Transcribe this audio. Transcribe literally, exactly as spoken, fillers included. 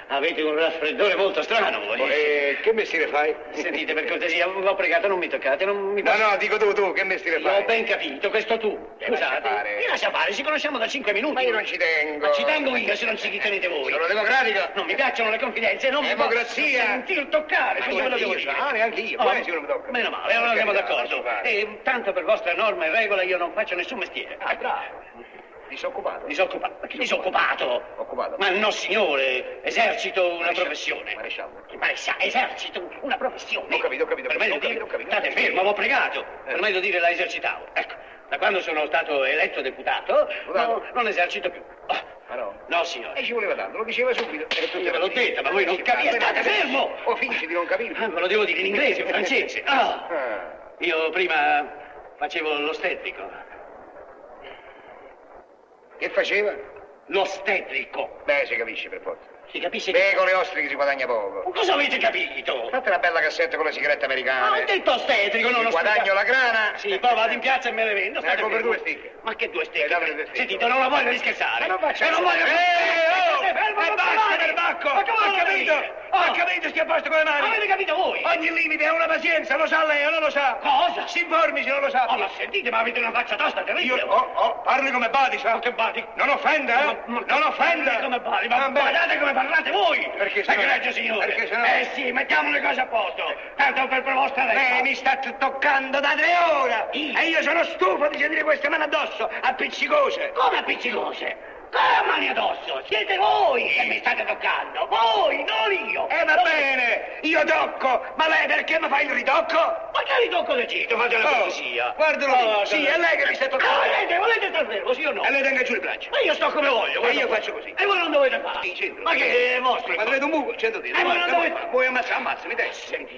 Avete un raffreddore molto strano voi. E che mestiere fai? Sentite, per cortesia, l'ho pregato, non mi toccate, non mi No, posso... no, dico tu, tu, che mestiere fai? Ho ben capito, questo tu. Mi lascia Scusate. fare. Mi lascia fare, ci conosciamo da cinque minuti. Ma io non ci tengo. Ma ci tengo io se non ci tenete voi. Sono democratico. Non mi piacciono le confidenze, non Democrazia. mi posso sentir toccare. Ma Cosa ve lo devo io, dire? ah, neanche io, Oh, poi se non mi tocca. Meno male, allora Per andiamo carità, d'accordo. lascia fare. E tanto per vostra norma e regola io non faccio nessun mestiere. Ah, bravo. Disoccupato. Disoccupato? Ma che disoccupato? Occupato. Ma no, signore, esercito una Maresciallo. professione. Maresciallo. Che maresciallo? Esercito una professione. Ho capito, ho capito, Per meglio ho capito, dire, ho capito. state fermo, avevo pregato. Per meglio dire la esercitavo. Ecco, da quando sono stato eletto deputato, Deputato? no, non esercito più. Oh, Ma no? no, signore. E ci voleva tanto, lo diceva subito. Io ve l'ho detto, ma voi non capite. State fermo! O fingi di non capire. Ah, ve lo devo dire in inglese o in francese. Ah. Ah. Io prima facevo l'ostetrico. Che faceva? L'ostetrico. Beh, si capisce per forza. Si capisce Beh, che... con le ostriche si guadagna poco. Cosa avete capito? Fate una bella cassetta con le sigarette Ah, ho americane. detto ostetrico, non ho Guadagno la grana. Sì, poi vado in piazza e me le vendo. Me ne state compro fermo. due sticche. Ma che due E stecche? dammi due stecche. Sentite, non la voglio rischerzare. Ma non faccia- E non voglio... Eh, oh! State fermo, E non basta, parlare! perbacco! Ma che Ho volete capito! dire? Ho Oh, capito, stia a posto con le mani! avete capito voi? Ogni limite ha una pazienza, lo sa lei o non lo sa? Cosa? Si informi se non lo sa. Oh, ma sentite, ma avete una faccia tosta terribile. Io, oh, oh, parli come badi, sa? Ma che badi? Non offenda, eh? Ma- ma- non offenda! Come parli? Ma Va bene. guardate come parlate voi! Perché se no- Egregio signore! perché se no- Eh sì, mettiamo le cose a posto! Tanto per per vostra Lei lei! mi sta toccando da tre ore! Io? E io sono stufo di sentire queste mani addosso, appiccicose! Come appiccicose? Come mani addosso? Siete voi che mi state toccando! Voi, non io! E va bene, io tocco, ma lei perché mi fa il ritocco? Ma che ritocco del cito? Fate la Oh, cortesia! guardalo lì. Sì, è lei che mi sta toccando. Ah, vedete, volete star fermo, sì o no? E lei tenga giù il braccio. Ma io sto come voglio! E guarda io voi. faccio così. E voi non dovete fare! Sì, centro. Ma che è vostro? Ma dovete un buco, cento dire. Eh, voi non dovete- Vuoi ammazzare, ammazzami, dai. Senti,